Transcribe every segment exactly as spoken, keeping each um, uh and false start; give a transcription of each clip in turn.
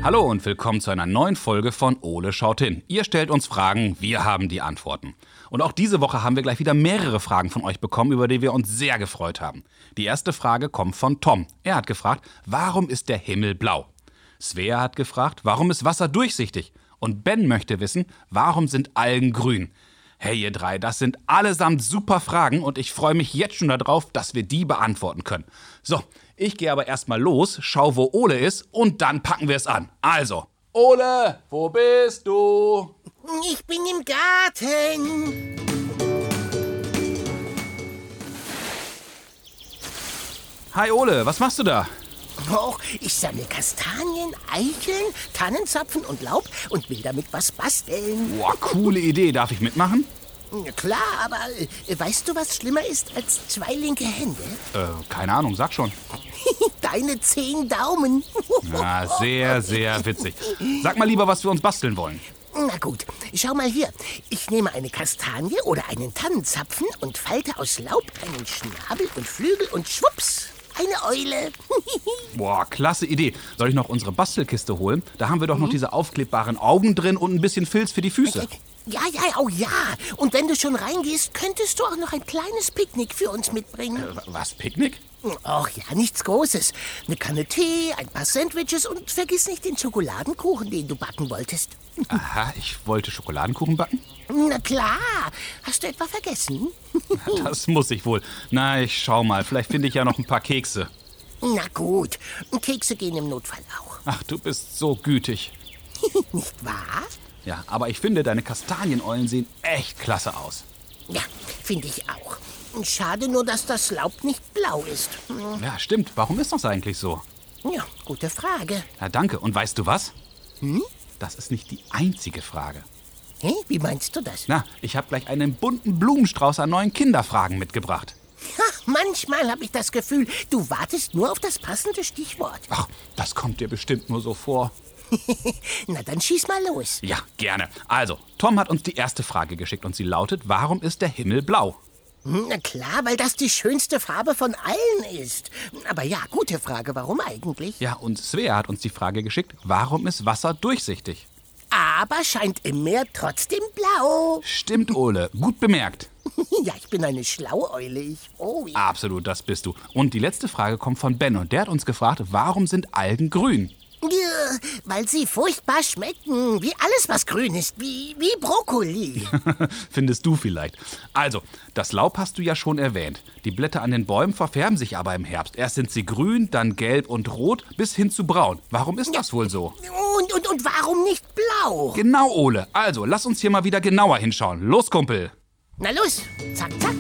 Hallo und willkommen zu einer neuen Folge von Ole schaut hin. Ihr stellt uns Fragen, wir haben die Antworten. Und auch diese Woche haben wir gleich wieder mehrere Fragen von euch bekommen, über die wir uns sehr gefreut haben. Die erste Frage kommt von Tom. Er hat gefragt, warum ist der Himmel blau? Svea hat gefragt, warum ist Wasser durchsichtig? Und Ben möchte wissen, warum sind Algen grün? Hey ihr drei, das sind allesamt super Fragen und ich freue mich jetzt schon darauf, dass wir die beantworten können. So, ich gehe aber erstmal los, schau, wo Ole ist und dann packen wir es an. Also, Ole, wo bist du? Ich bin im Garten. Hi Ole, was machst du da? Och, ich sammle Kastanien, Eicheln, Tannenzapfen und Laub und will damit was basteln. Boah, coole Idee. Darf ich mitmachen? Ja, klar, aber äh, weißt du, was schlimmer ist als zwei linke Hände? Äh, keine Ahnung, sag schon. Deine zehn Daumen. Na, sehr, sehr witzig. Sag mal lieber, was wir uns basteln wollen. Na gut, schau mal hier. Ich nehme eine Kastanie oder einen Tannenzapfen und falte aus Laub einen Schnabel und Flügel und schwupps, eine Eule. Boah, klasse Idee. Soll ich noch unsere Bastelkiste holen? Da haben wir doch noch mhm. diese aufklebbaren Augen drin und ein bisschen Filz für die Füße. Ja, ja, oh ja. Und wenn du schon reingehst, könntest du auch noch ein kleines Picknick für uns mitbringen. Äh, was, Picknick? Ach ja, nichts Großes. Eine Kanne Tee, ein paar Sandwiches und vergiss nicht den Schokoladenkuchen, den du backen wolltest. Aha, ich wollte Schokoladenkuchen backen? Na klar. Hast du etwa vergessen? Das muss ich wohl. Na, ich schau mal. Vielleicht finde ich ja noch ein paar Kekse. Na gut. Kekse gehen im Notfall auch. Ach, du bist so gütig. Nicht wahr? Ja, aber ich finde, deine Kastanieneulen sehen echt klasse aus. Ja, finde ich auch. Schade nur, dass das Laub nicht blau ist. Ja, stimmt. Warum ist das eigentlich so? Ja, gute Frage. Ja, danke. Und weißt du was? Hm? Das ist nicht die einzige Frage. Hä? Wie meinst du das? Na, ich habe gleich einen bunten Blumenstrauß an neuen Kinderfragen mitgebracht. Ha, manchmal habe ich das Gefühl, du wartest nur auf das passende Stichwort. Ach, das kommt dir bestimmt nur so vor. Na, dann schieß mal los. Ja, gerne. Also, Tom hat uns die erste Frage geschickt und sie lautet, warum ist der Himmel blau? Na klar, weil das die schönste Farbe von allen ist. Aber ja, gute Frage, warum eigentlich? Ja, und Svea hat uns die Frage geschickt, warum ist Wasser durchsichtig? Aber scheint im Meer trotzdem blau. Stimmt, Ole. Gut bemerkt. Ja, ich bin eine schlaue Eule, ich. Oh, ja. Absolut, das bist du. Und die letzte Frage kommt von Ben und der hat uns gefragt, warum sind Algen grün? Ja, weil sie furchtbar schmecken. Wie alles, was grün ist. Wie, wie Brokkoli. Findest du vielleicht. Also, das Laub hast du ja schon erwähnt. Die Blätter an den Bäumen verfärben sich aber im Herbst. Erst sind sie grün, dann gelb und rot, bis hin zu braun. Warum ist das wohl so? Und, und, und warum nicht blau? Genau, Ole. Also, lass uns hier mal wieder genauer hinschauen. Los, Kumpel. Na los, zack, zack.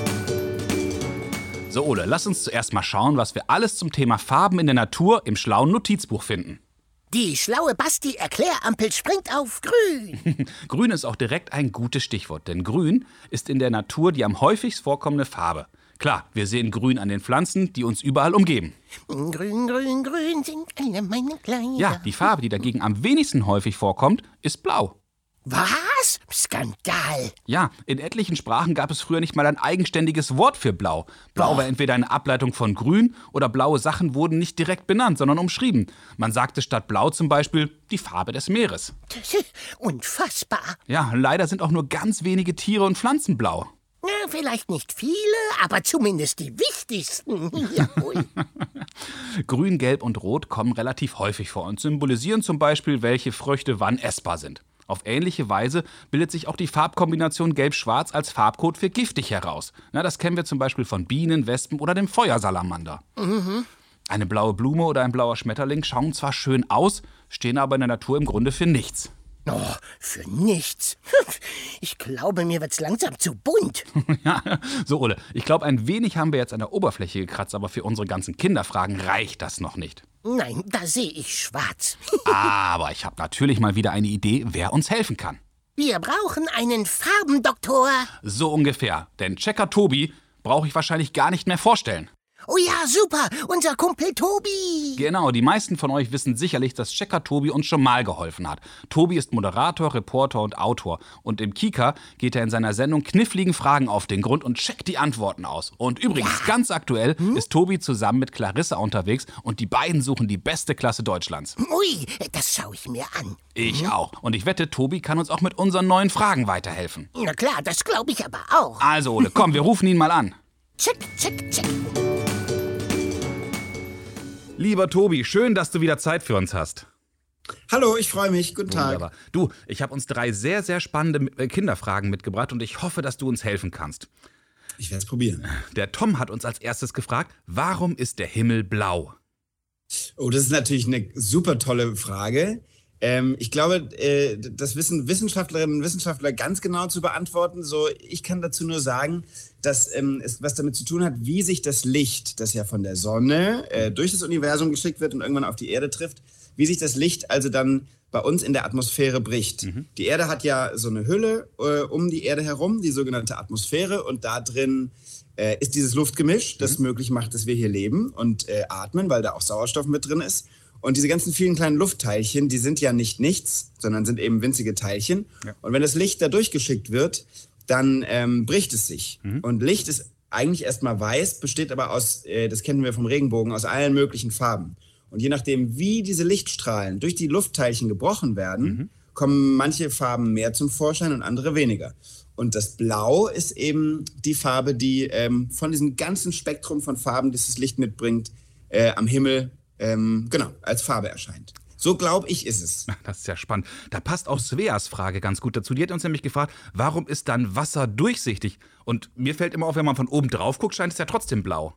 So, Ole, lass uns zuerst mal schauen, was wir alles zum Thema Farben in der Natur im schlauen Notizbuch finden. Die schlaue Basti-Erklärrampel springt auf grün. Grün ist auch direkt ein gutes Stichwort, denn grün ist in der Natur die am häufigst vorkommende Farbe. Klar, wir sehen grün an den Pflanzen, die uns überall umgeben. Grün, grün, grün sind alle meine Kleider. Ja, die Farbe, die dagegen am wenigsten häufig vorkommt, ist blau. Was? Skandal. Ja, in etlichen Sprachen gab es früher nicht mal ein eigenständiges Wort für blau. Blau war entweder eine Ableitung von grün oder blaue Sachen wurden nicht direkt benannt, sondern umschrieben. Man sagte statt blau zum Beispiel die Farbe des Meeres. Unfassbar. Ja, leider sind auch nur ganz wenige Tiere und Pflanzen blau. Ja, vielleicht nicht viele, aber zumindest die wichtigsten. Jawohl. Grün, Gelb und Rot kommen relativ häufig vor und symbolisieren zum Beispiel, welche Früchte wann essbar sind. Auf ähnliche Weise bildet sich auch die Farbkombination Gelb-Schwarz als Farbcode für giftig heraus. Na, das kennen wir zum Beispiel von Bienen, Wespen oder dem Feuersalamander. Mhm. Eine blaue Blume oder ein blauer Schmetterling schauen zwar schön aus, stehen aber in der Natur im Grunde für nichts. Oh, für nichts. Ich glaube, mir wird's langsam zu bunt. Ja, so Ole, ich glaube, ein wenig haben wir jetzt an der Oberfläche gekratzt, aber für unsere ganzen Kinderfragen reicht das noch nicht. Nein, da sehe ich schwarz. Aber ich habe natürlich mal wieder eine Idee, wer uns helfen kann. Wir brauchen einen Farbendoktor. So ungefähr, denn Checker Tobi brauche ich wahrscheinlich gar nicht mehr vorstellen. Oh ja, super, unser Kumpel Tobi. Genau, die meisten von euch wissen sicherlich, dass Checker Tobi uns schon mal geholfen hat. Tobi ist Moderator, Reporter und Autor. Und im Kika geht er in seiner Sendung kniffligen Fragen auf den Grund und checkt die Antworten aus. Und übrigens, ja. ganz aktuell hm? ist Tobi zusammen mit Clarissa unterwegs und die beiden suchen die beste Klasse Deutschlands. Ui, das schaue ich mir an. Ich hm? auch. Und ich wette, Tobi kann uns auch mit unseren neuen Fragen weiterhelfen. Na klar, das glaube ich aber auch. Also, Ole, komm, wir rufen ihn mal an. Check, check, check. Lieber Tobi, schön, dass du wieder Zeit für uns hast. Hallo, ich freue mich. Guten Tag. Wunderbar. Du, ich habe uns drei sehr, sehr spannende Kinderfragen mitgebracht und ich hoffe, dass du uns helfen kannst. Ich werde es probieren. Der Tom hat uns als erstes gefragt, warum ist der Himmel blau? Oh, das ist natürlich eine super tolle Frage. Ähm, ich glaube, äh, das wissen Wissenschaftlerinnen und Wissenschaftler ganz genau zu beantworten. So, ich kann dazu nur sagen, dass ähm, es was damit zu tun hat, wie sich das Licht, das ja von der Sonne äh, durch das Universum geschickt wird und irgendwann auf die Erde trifft, wie sich das Licht also dann bei uns in der Atmosphäre bricht. Mhm. Die Erde hat ja so eine Hülle äh, um die Erde herum, die sogenannte Atmosphäre, und da drin äh, ist dieses Luftgemisch, das mhm. möglich macht, dass wir hier leben und äh, atmen, weil da auch Sauerstoff mit drin ist. Und diese ganzen vielen kleinen Luftteilchen, die sind ja nicht nichts, sondern sind eben winzige Teilchen. Ja. Und wenn das Licht da durchgeschickt wird, dann ähm, bricht es sich. Mhm. Und Licht ist eigentlich erstmal weiß, besteht aber aus, äh, das kennen wir vom Regenbogen, aus allen möglichen Farben. Und je nachdem, wie diese Lichtstrahlen durch die Luftteilchen gebrochen werden, mhm. kommen manche Farben mehr zum Vorschein und andere weniger. Und das Blau ist eben die Farbe, die ähm, von diesem ganzen Spektrum von Farben, das das Licht mitbringt, äh, am Himmel Ähm, genau, als Farbe erscheint. So glaube ich, ist es. Das ist ja spannend. Da passt auch Sveas Frage ganz gut dazu. Die hat uns nämlich gefragt, warum ist dann Wasser durchsichtig? Und mir fällt immer auf, wenn man von oben drauf guckt, scheint es ja trotzdem blau.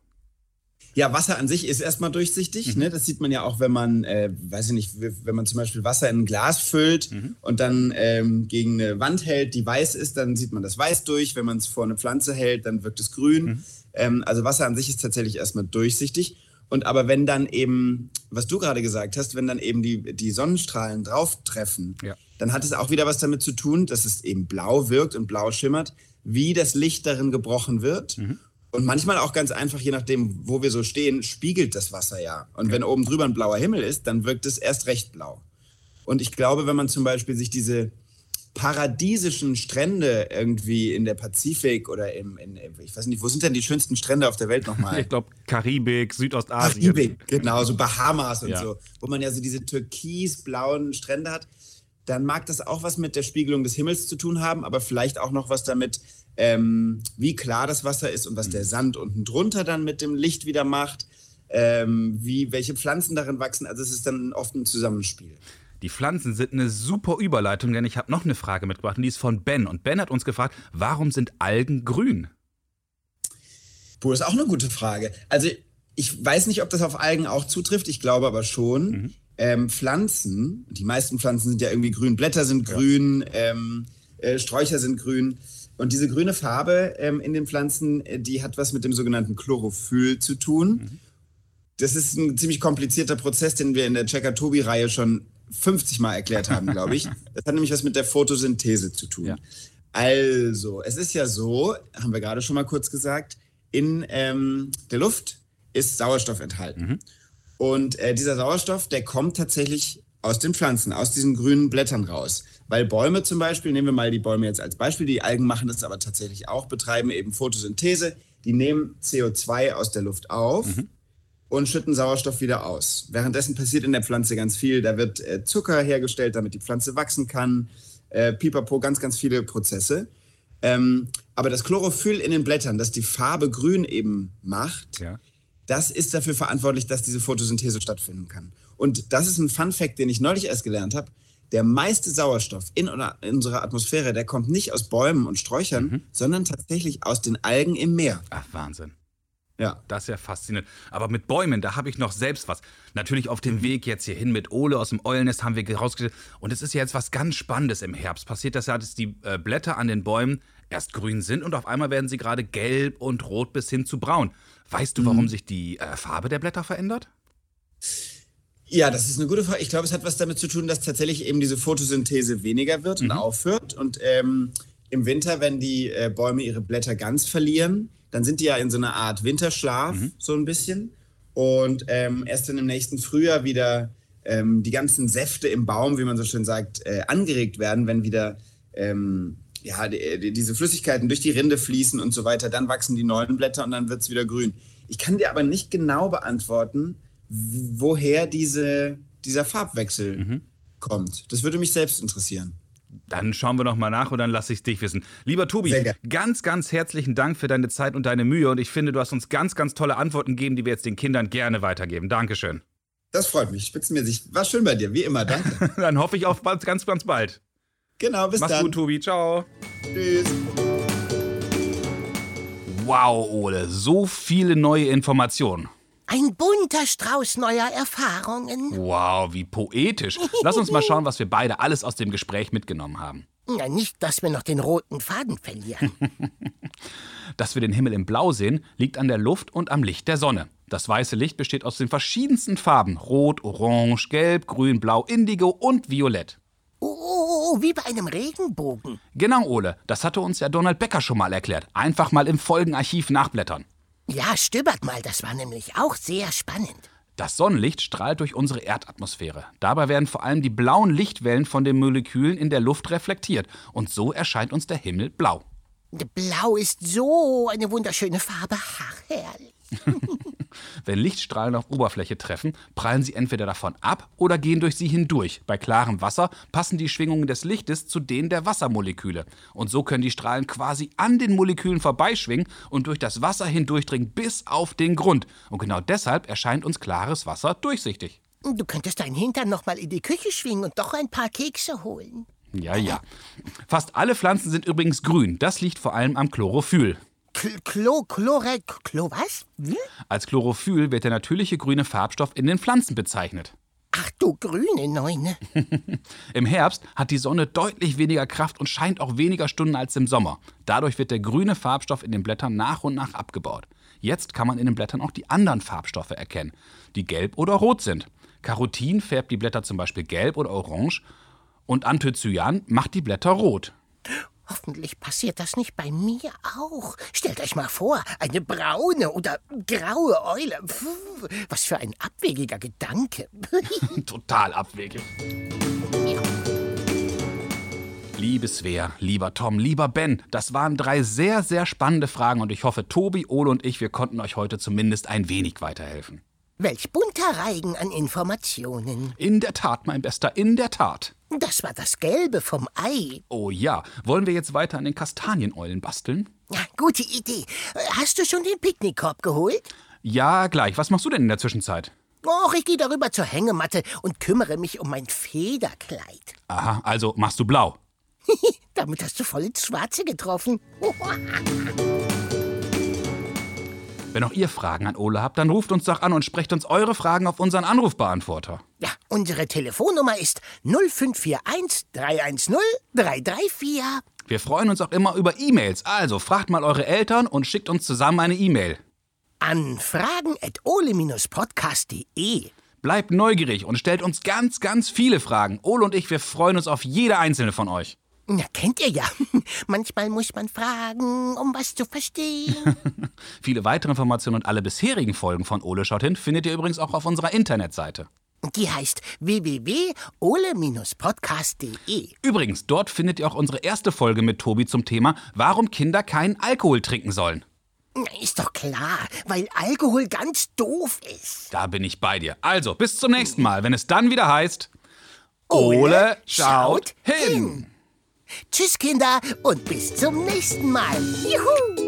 Ja, Wasser an sich ist erstmal durchsichtig. Mhm. Ne? Das sieht man ja auch, wenn man, äh, weiß ich nicht, wenn man zum Beispiel Wasser in ein Glas füllt mhm. und dann ähm, gegen eine Wand hält, die weiß ist, dann sieht man das weiß durch. Wenn man es vor eine Pflanze hält, dann wirkt es grün. Mhm. Ähm, also Wasser an sich ist tatsächlich erstmal durchsichtig. Und aber wenn dann eben, was du gerade gesagt hast, wenn dann eben die, die Sonnenstrahlen drauf treffen, ja. dann hat es auch wieder was damit zu tun, dass es eben blau wirkt und blau schimmert, wie das Licht darin gebrochen wird. Mhm. Und manchmal auch ganz einfach, je nachdem, wo wir so stehen, spiegelt das Wasser ja. Und ja. wenn oben drüber ein blauer Himmel ist, dann wirkt es erst recht blau. Und ich glaube, wenn man zum Beispiel sich diese paradiesischen Strände irgendwie in der Pazifik oder im, in, ich weiß nicht, wo sind denn die schönsten Strände auf der Welt nochmal? Ich glaube Karibik, Südostasien. Karibik, genau, so Bahamas und ja. so, wo man ja so diese türkisblauen Strände hat, dann mag das auch was mit der Spiegelung des Himmels zu tun haben, aber vielleicht auch noch was damit, ähm, wie klar das Wasser ist und was mhm. der Sand unten drunter dann mit dem Licht wieder macht, ähm, wie, welche Pflanzen darin wachsen, also es ist dann oft ein Zusammenspiel. Die Pflanzen sind eine super Überleitung, denn ich habe noch eine Frage mitgebracht und die ist von Ben. Und Ben hat uns gefragt, warum sind Algen grün? Puh, das ist auch eine gute Frage. Also ich weiß nicht, ob das auf Algen auch zutrifft, ich glaube aber schon. Mhm. Ähm, Pflanzen, die meisten Pflanzen sind ja irgendwie grün, Blätter sind grün, ja. ähm, äh, Sträucher sind grün. Und diese grüne Farbe ähm, in den Pflanzen, die hat was mit dem sogenannten Chlorophyll zu tun. Mhm. Das ist ein ziemlich komplizierter Prozess, den wir in der Checker-Tobi-Reihe schon fünfzig Mal erklärt haben, glaube ich. Das hat nämlich was mit der Photosynthese zu tun. Ja. Also, es ist ja so, haben wir gerade schon mal kurz gesagt, in ähm, der Luft ist Sauerstoff enthalten. Mhm. Und äh, dieser Sauerstoff, der kommt tatsächlich aus den Pflanzen, aus diesen grünen Blättern raus. Weil Bäume zum Beispiel, nehmen wir mal die Bäume jetzt als Beispiel, die Algen machen das aber tatsächlich auch, betreiben eben Photosynthese. Die nehmen C O zwei aus der Luft auf. Mhm. Und schütten Sauerstoff wieder aus. Währenddessen passiert in der Pflanze ganz viel. Da wird äh, Zucker hergestellt, damit die Pflanze wachsen kann. Äh, pipapo, ganz, ganz viele Prozesse. Ähm, aber das Chlorophyll in den Blättern, das die Farbe grün eben macht, ja. das ist dafür verantwortlich, dass diese Photosynthese stattfinden kann. Und das ist ein Fun-Fact, den ich neulich erst gelernt habe. Der meiste Sauerstoff in, in unserer Atmosphäre, der kommt nicht aus Bäumen und Sträuchern, mhm. sondern tatsächlich aus den Algen im Meer. Ach, Wahnsinn. Ja. Das ist ja faszinierend. Aber mit Bäumen, da habe ich noch selbst was. Natürlich auf dem Weg jetzt hierhin mit Ole aus dem Eulennest haben wir rausgestellt. Und es ist ja jetzt was ganz Spannendes im Herbst. Passiert das ja, dass die äh, Blätter an den Bäumen erst grün sind und auf einmal werden sie gerade gelb und rot bis hin zu braun. Weißt du, warum mhm. sich die äh, Farbe der Blätter verändert? Ja, das ist eine gute Frage. Ich glaube, es hat was damit zu tun, dass tatsächlich eben diese Photosynthese weniger wird mhm. und aufhört. Und ähm, im Winter, wenn die äh, Bäume ihre Blätter ganz verlieren, dann sind die ja in so einer Art Winterschlaf, mhm. so ein bisschen. Und ähm, erst dann im nächsten Frühjahr wieder ähm, die ganzen Säfte im Baum, wie man so schön sagt, äh, angeregt werden, wenn wieder ähm, ja, die, die, diese Flüssigkeiten durch die Rinde fließen und so weiter. Dann wachsen die neuen Blätter und dann wird es wieder grün. Ich kann dir aber nicht genau beantworten, woher diese, dieser Farbwechsel mhm. kommt. Das würde mich selbst interessieren. Dann schauen wir noch mal nach und dann lasse ich es dich wissen. Lieber Tobi, ganz, ganz herzlichen Dank für deine Zeit und deine Mühe. Und ich finde, du hast uns ganz, ganz tolle Antworten gegeben, die wir jetzt den Kindern gerne weitergeben. Dankeschön. Das freut mich, spitzenmäßig. War schön bei dir, wie immer. Danke. Dann hoffe ich auf bald, ganz, ganz bald. Genau, bis Mach's dann. Mach's gut, Tobi. Ciao. Tschüss. Wow, Ole, so viele neue Informationen. Ein bunter Strauß neuer Erfahrungen. Wow, wie poetisch. Lass uns mal schauen, was wir beide alles aus dem Gespräch mitgenommen haben. Na, nicht, dass wir noch den roten Faden verlieren. Dass wir den Himmel in Blau sehen, liegt an der Luft und am Licht der Sonne. Das weiße Licht besteht aus den verschiedensten Farben. Rot, Orange, Gelb, Grün, Blau, Indigo und Violett. Oh, wie bei einem Regenbogen. Genau, Ole. Das hatte uns ja Donald Becker schon mal erklärt. Einfach mal im Folgenarchiv nachblättern. Ja, stöbert mal, das war nämlich auch sehr spannend. Das Sonnenlicht strahlt durch unsere Erdatmosphäre. Dabei werden vor allem die blauen Lichtwellen von den Molekülen in der Luft reflektiert. Und so erscheint uns der Himmel blau. Blau ist so eine wunderschöne Farbe. Ach, herrlich. Wenn Lichtstrahlen auf Oberfläche treffen, prallen sie entweder davon ab oder gehen durch sie hindurch. Bei klarem Wasser passen die Schwingungen des Lichtes zu denen der Wassermoleküle. Und so können die Strahlen quasi an den Molekülen vorbeischwingen und durch das Wasser hindurchdringen bis auf den Grund. Und genau deshalb erscheint uns klares Wasser durchsichtig. Du könntest deinen Hintern noch mal in die Küche schwingen und doch ein paar Kekse holen. Ja, ja. Fast alle Pflanzen sind übrigens grün. Das liegt vor allem am Chlorophyll. Klo, Chlore, Klo, was? Hm? Als Chlorophyll wird der natürliche grüne Farbstoff in den Pflanzen bezeichnet. Ach du grüne Neune. Im Herbst hat die Sonne deutlich weniger Kraft und scheint auch weniger Stunden als im Sommer. Dadurch wird der grüne Farbstoff in den Blättern nach und nach abgebaut. Jetzt kann man in den Blättern auch die anderen Farbstoffe erkennen, die gelb oder rot sind. Carotin färbt die Blätter zum Beispiel gelb oder orange und Anthocyan macht die Blätter rot. Hoffentlich passiert das nicht bei mir auch. Stellt euch mal vor, eine braune oder graue Eule. Puh, was für ein abwegiger Gedanke. Total abwegig. Ja. Liebe Svea, lieber Tom, lieber Ben, das waren drei sehr, sehr spannende Fragen und ich hoffe, Tobi, Ole und ich, wir konnten euch heute zumindest ein wenig weiterhelfen. Welch bunter Reigen an Informationen. In der Tat, mein Bester, in der Tat. Das war das Gelbe vom Ei. Oh ja, wollen wir jetzt weiter an den Kastanieneulen basteln? Ja, gute Idee. Hast du schon den Picknickkorb geholt? Ja, gleich. Was machst du denn in der Zwischenzeit? Och, ich gehe darüber zur Hängematte und kümmere mich um mein Federkleid. Aha, also machst du blau. Damit hast du voll ins Schwarze getroffen. Wenn auch ihr Fragen an Ole habt, dann ruft uns doch an und sprecht uns eure Fragen auf unseren Anrufbeantworter. Ja, unsere Telefonnummer ist null fünf vier eins, drei eins null, drei drei vier. Wir freuen uns auch immer über E-Mails. Also fragt mal eure Eltern und schickt uns zusammen eine E-Mail. An fragen at ole podcast punkt de. Bleibt neugierig und stellt uns ganz, ganz viele Fragen. Ole und ich, wir freuen uns auf jede einzelne von euch. Na, kennt ihr ja. Manchmal muss man fragen, um was zu verstehen. Viele weitere Informationen und alle bisherigen Folgen von Ole schaut hin findet ihr übrigens auch auf unserer Internetseite. Die heißt w w w punkt ole podcast punkt de. Übrigens, dort findet ihr auch unsere erste Folge mit Tobi zum Thema, warum Kinder keinen Alkohol trinken sollen. Ist doch klar, weil Alkohol ganz doof ist. Da bin ich bei dir. Also, bis zum nächsten Mal, wenn es dann wieder heißt... Ole, Ole schaut hin. hin. Tschüss, Kinder, und bis zum nächsten Mal. Juhu!